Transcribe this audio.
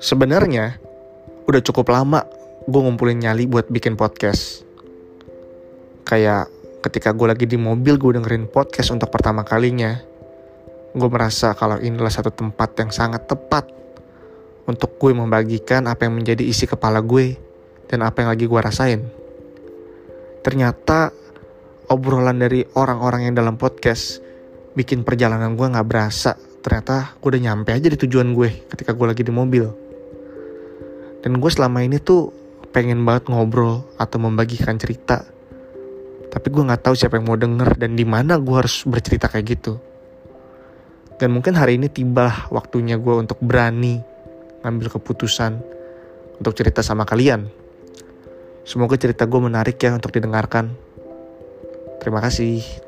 Sebenarnya udah cukup lama gue ngumpulin nyali buat bikin podcast. Kayak ketika gue lagi di mobil gue dengerin podcast untuk pertama kalinya, gue merasa kalau inilah satu tempat yang sangat tepat untuk gue membagikan apa yang menjadi isi kepala gue dan apa yang lagi gue rasain. Ternyata obrolan dari orang-orang yang dalam podcast bikin perjalanan gue gak berasa. Ternyata gue udah nyampe aja di tujuan gue ketika gue lagi di mobil. Dan gue selama ini tuh pengen banget ngobrol atau membagikan cerita, tapi gue gak tahu siapa yang mau denger dan di mana gue harus bercerita kayak gitu. Dan mungkin hari ini tiba waktunya gue untuk berani ngambil keputusan untuk cerita sama kalian. Semoga cerita gue menarik ya untuk didengarkan. Terima kasih.